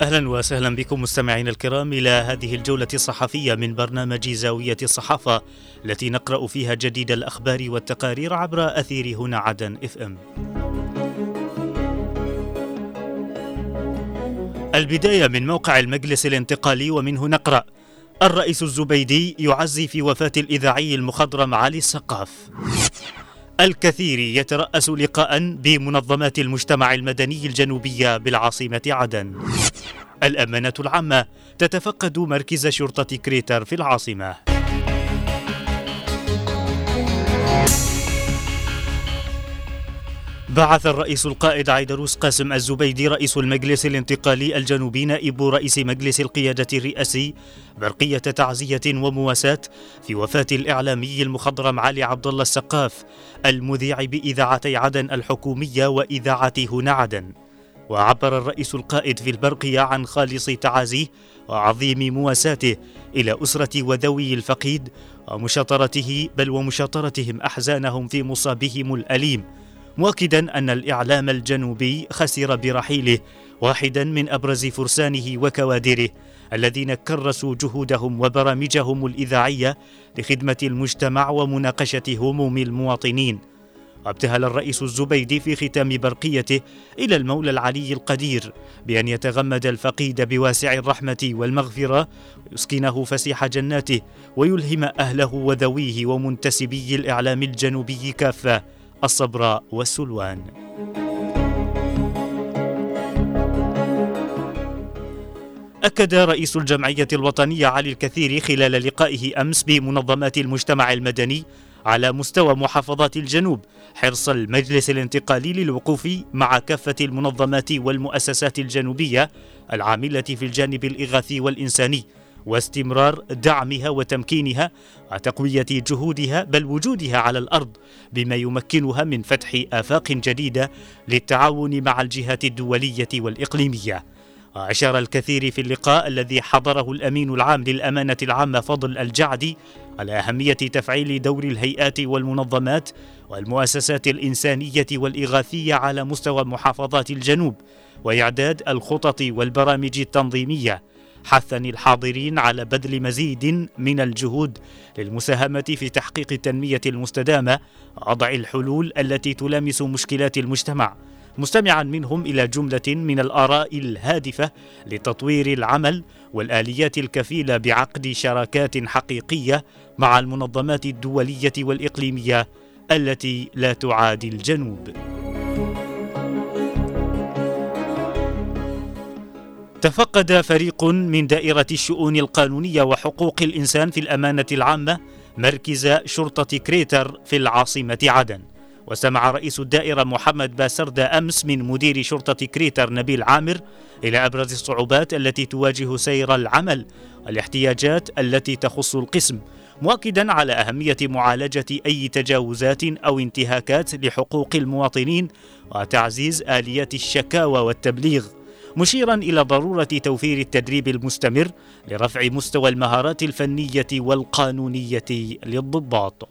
أهلا وسهلا بكم مستمعين الكرام إلى هذه الجولة الصحفية من برنامج زاوية الصحافة التي نقرأ فيها جديد الأخبار والتقارير عبر أثير هنا عدن FM. البداية من موقع المجلس الانتقالي ومنه نقرأ: الرئيس الزبيدي يعزي في وفاة الإذاعي المخضرم علي السقاف. الكثير يترأس لقاء بمنظمات المجتمع المدني الجنوبية بالعاصمة عدن. الأمانة العامة تتفقد مركز شرطة كريتر في العاصمة. بعث الرئيس القائد عيدروس قاسم الزبيدي رئيس المجلس الانتقالي الجنوبي نائب رئيس مجلس القيادة الرئاسي برقية تعزية ومواساة في وفاة الإعلامي المخضرم علي عبد الله السقاف المذيع بإذاعتي عدن الحكومية وإذاعة هنا عدن. وعبر الرئيس القائد في البرقية عن خالص تعازيه وعظيم مواساته إلى أسرة وذوي الفقيد ومشاطرتهم أحزانهم في مصابهم الأليم، مؤكدا أن الإعلام الجنوبي خسر برحيله واحدا من أبرز فرسانه وكوادره الذين كرسوا جهودهم وبرامجهم الإذاعية لخدمة المجتمع ومناقشة هموم المواطنين. وابتهل الرئيس الزبيدي في ختام برقيته إلى المولى العلي القدير بأن يتغمد الفقيد بواسع الرحمة والمغفرة ويسكنه فسيح جناته ويلهم أهله وذويه ومنتسبي الإعلام الجنوبي كافة الصبر والسلوان. أكد رئيس الجمعية الوطنية علي الكثير خلال لقائه أمس بمنظمات المجتمع المدني على مستوى محافظات الجنوب حرص المجلس الانتقالي للوقوف مع كافة المنظمات والمؤسسات الجنوبية العاملة في الجانب الإغاثي والإنساني، واستمرار دعمها وتمكينها وتقوية جهودها بل وجودها على الأرض بما يمكنها من فتح آفاق جديدة للتعاون مع الجهات الدولية والإقليمية. وأشار الكثير في اللقاء الذي حضره الأمين العام للأمانة العامة فضل الجعدي على أهمية تفعيل دور الهيئات والمنظمات والمؤسسات الإنسانية والإغاثية على مستوى محافظات الجنوب وإعداد الخطط والبرامج التنظيمية، حثا الحاضرين على بذل مزيد من الجهود للمساهمة في تحقيق التنمية المستدامة ووضع الحلول التي تلامس مشكلات المجتمع، مستمعا منهم إلى جملة من الآراء الهادفة لتطوير العمل والآليات الكفيلة بعقد شراكات حقيقية مع المنظمات الدولية والإقليمية التي لا تعادي الجنوب. تفقد فريق من دائرة الشؤون القانونية وحقوق الإنسان في الأمانة العامة مركز شرطة كريتر في العاصمة عدن. وسمع رئيس الدائرة محمد باسردة أمس من مدير شرطة كريتر نبيل عامر إلى أبرز الصعوبات التي تواجه سير العمل والاحتياجات التي تخص القسم، مؤكدا على أهمية معالجة أي تجاوزات أو انتهاكات لحقوق المواطنين وتعزيز آليات الشكاوى والتبليغ، مشيرا إلى ضرورة توفير التدريب المستمر لرفع مستوى المهارات الفنية والقانونية للضباط.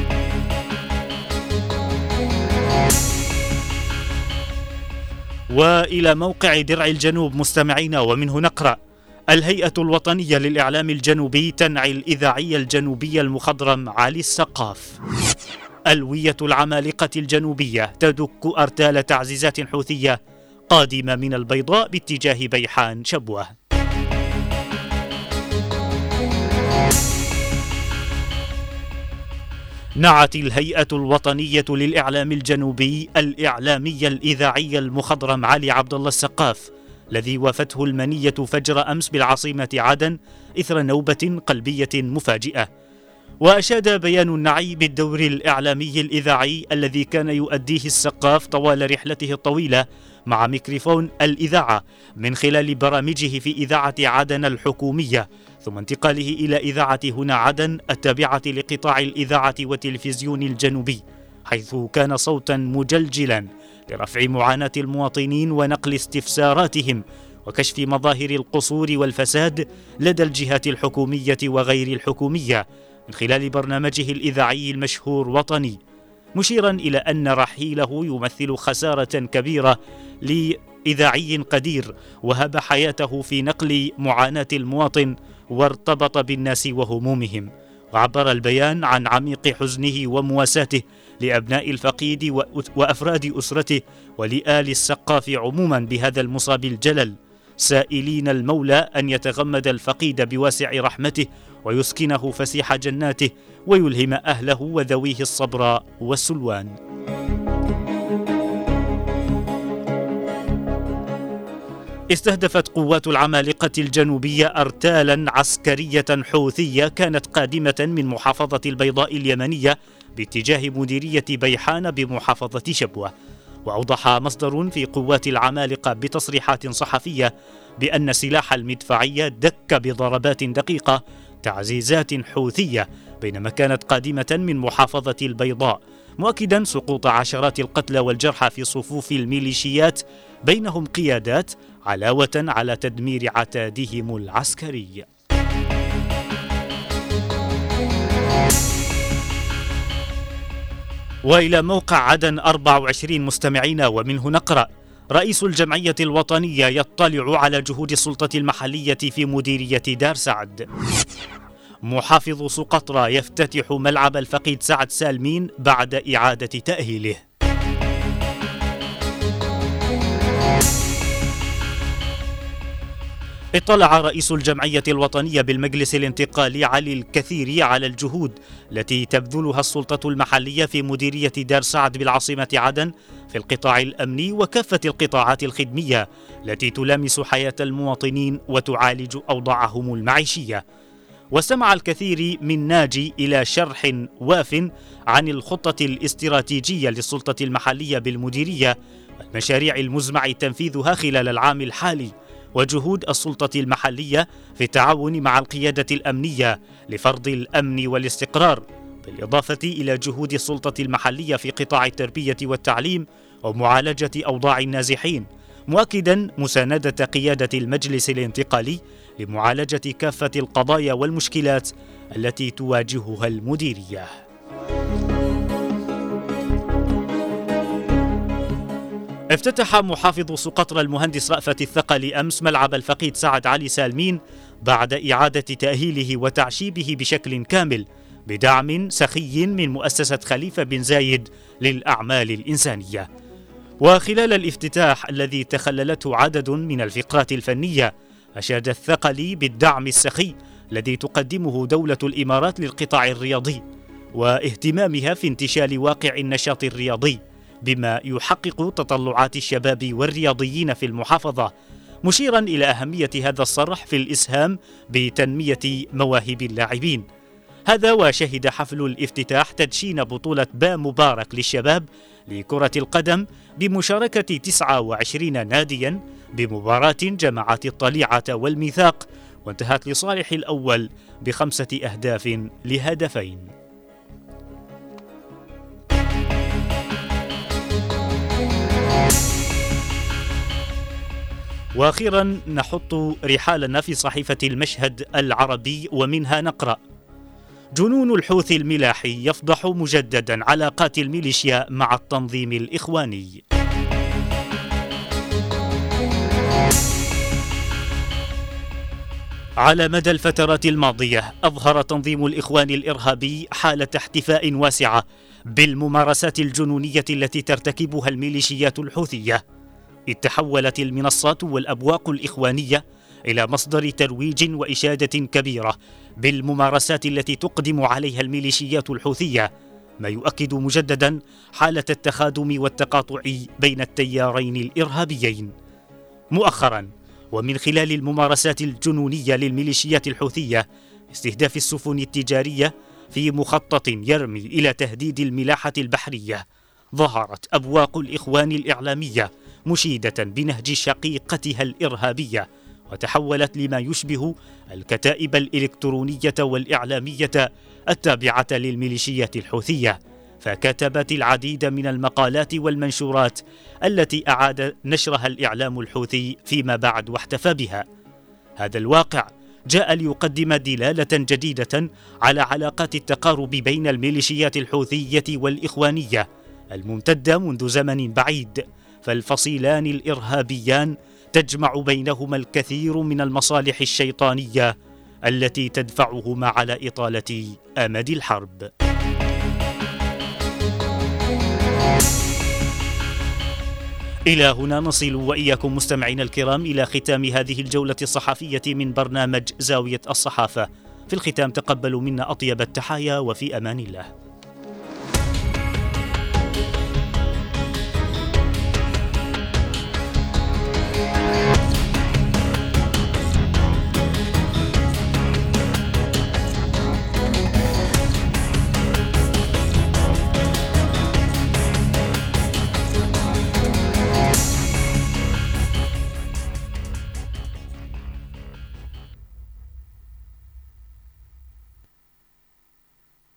وإلى موقع درع الجنوب مستمعينا ومنه نقرأ: الهيئة الوطنية للإعلام الجنوبي تنعي الإذاعي الجنوبي المخضرم علي السقاف. ألوية العمالقة الجنوبية تدك أرتال تعزيزات حوثية قادمة من البيضاء باتجاه بيحان شبوة. نعت الهيئة الوطنية للإعلام الجنوبي الإعلامي الإذاعي المخضرم علي عبد الله السقاف الذي وافته المنية فجر أمس بالعاصمة عدن إثر نوبة قلبية مفاجئة. وأشاد بيان النعي بالدور الإعلامي الإذاعي الذي كان يؤديه السقاف طوال رحلته الطويلة مع ميكروفون الإذاعة من خلال برامجه في إذاعة عدن الحكومية، ثم انتقاله إلى إذاعة هنا عدن التابعة لقطاع الإذاعة والتلفزيون الجنوبي، حيث كان صوتا مجلجلا لرفع معاناة المواطنين ونقل استفساراتهم وكشف مظاهر القصور والفساد لدى الجهات الحكومية وغير الحكومية من خلال برنامجه الإذاعي المشهور وطني، مشيرا إلى أن رحيله يمثل خسارة كبيرة إذاعي قدير وهب حياته في نقل معاناة المواطن وارتبط بالناس وهمومهم، وعبر البيان عن عميق حزنه ومواساته لأبناء الفقيد وأفراد أسرته ولآل السقاف عموما بهذا المصاب الجلل، سائلين المولى أن يتغمد الفقيد بواسع رحمته ويسكنه فسيح جناته ويلهم أهله وذويه الصبر والسلوان. استهدفت قوات العمالقة الجنوبية أرتالا عسكرية حوثية كانت قادمة من محافظة البيضاء اليمنية باتجاه مديرية بيحان بمحافظة شبوة. وأوضح مصدر في قوات العمالقة بتصريحات صحفية بأن سلاح المدفعية دك بضربات دقيقة تعزيزات حوثية بينما كانت قادمة من محافظة البيضاء، مؤكدا سقوط عشرات القتلى والجرحى في صفوف الميليشيات بينهم قيادات علاوة على تدمير عتادهم العسكري. وإلى موقع عدن 24 مستمعين ومنه نقرأ: رئيس الجمعية الوطنية يطلع على جهود السلطة المحلية في مديرية دار سعد. محافظ سقطرى يفتتح ملعب الفقيد سعد سالمين بعد إعادة تأهيله. اطلع رئيس الجمعية الوطنية بالمجلس الانتقالي علي الكثير على الجهود التي تبذلها السلطة المحلية في مديرية دار سعد بالعاصمة عدن في القطاع الأمني وكافة القطاعات الخدمية التي تلامس حياة المواطنين وتعالج أوضاعهم المعيشية. واستمع الكثير من ناجي إلى شرح واف عن الخطة الاستراتيجية للسلطة المحلية بالمديرية والمشاريع المزمع تنفيذها خلال العام الحالي وجهود السلطة المحلية في التعاون مع القيادة الأمنية لفرض الأمن والاستقرار، بالإضافة إلى جهود السلطة المحلية في قطاع التربية والتعليم ومعالجة أوضاع النازحين، مؤكدا مساندة قيادة المجلس الانتقالي لمعالجة كافة القضايا والمشكلات التي تواجهها المديرية. افتتح محافظ سقطرى المهندس رأفت الثقلي أمس ملعب الفقيد سعد علي سالمين بعد إعادة تأهيله وتعشيبه بشكل كامل بدعم سخي من مؤسسة خليفة بن زايد للأعمال الإنسانية. وخلال الافتتاح الذي تخللته عدد من الفقرات الفنية، أشاد الثقلي بالدعم السخي الذي تقدمه دولة الإمارات للقطاع الرياضي واهتمامها في انتشال واقع النشاط الرياضي بما يحقق تطلعات الشباب والرياضيين في المحافظة، مشيرا إلى أهمية هذا الصرح في الإسهام بتنمية مواهب اللاعبين. هذا وشهد حفل الافتتاح تدشين بطولة با مبارك للشباب لكرة القدم بمشاركة 29 ناديا بمباراة جمعت الطليعة والميثاق، وانتهت لصالح الأول ب5 أهداف لهدفين. وأخيرا نحط رحالنا في صحيفة المشهد العربي ومنها نقرأ: جنون الحوثي الملاحي يفضح مجددا علاقات الميليشيا مع التنظيم الإخواني. على مدى الفترات الماضية أظهر تنظيم الإخوان الإرهابي حالة احتفاء واسعة بالممارسات الجنونية التي ترتكبها الميليشيات الحوثية، إذ تحولت المنصات والأبواق الإخوانية إلى مصدر ترويج وإشادة كبيرة بالممارسات التي تقدم عليها الميليشيات الحوثية، ما يؤكد مجددا حالة التخادم والتقاطع بين التيارين الإرهابيين. مؤخرا ومن خلال الممارسات الجنونية للميليشيات الحوثية استهداف السفن التجارية في مخطط يرمي إلى تهديد الملاحة البحرية، ظهرت أبواق الإخوان الإعلامية مشيدة بنهج شقيقتها الإرهابية، وتحولت لما يشبه الكتائب الإلكترونية والإعلامية التابعة للميليشيات الحوثية، فكتبت العديد من المقالات والمنشورات التي أعاد نشرها الإعلام الحوثي فيما بعد واحتفى بها. هذا الواقع جاء ليقدم دلالة جديدة على علاقات التقارب بين الميليشيات الحوثية والإخوانية الممتدة منذ زمن بعيد، فالفصيلان الإرهابيان تجمع بينهما الكثير من المصالح الشيطانية التي تدفعهما على إطالة آمد الحرب. إلى هنا نصل وإياكم مستمعينا الكرام إلى ختام هذه الجولة الصحفية من برنامج زاوية الصحافة. في الختام تقبلوا منا أطيب التحايا وفي أمان الله.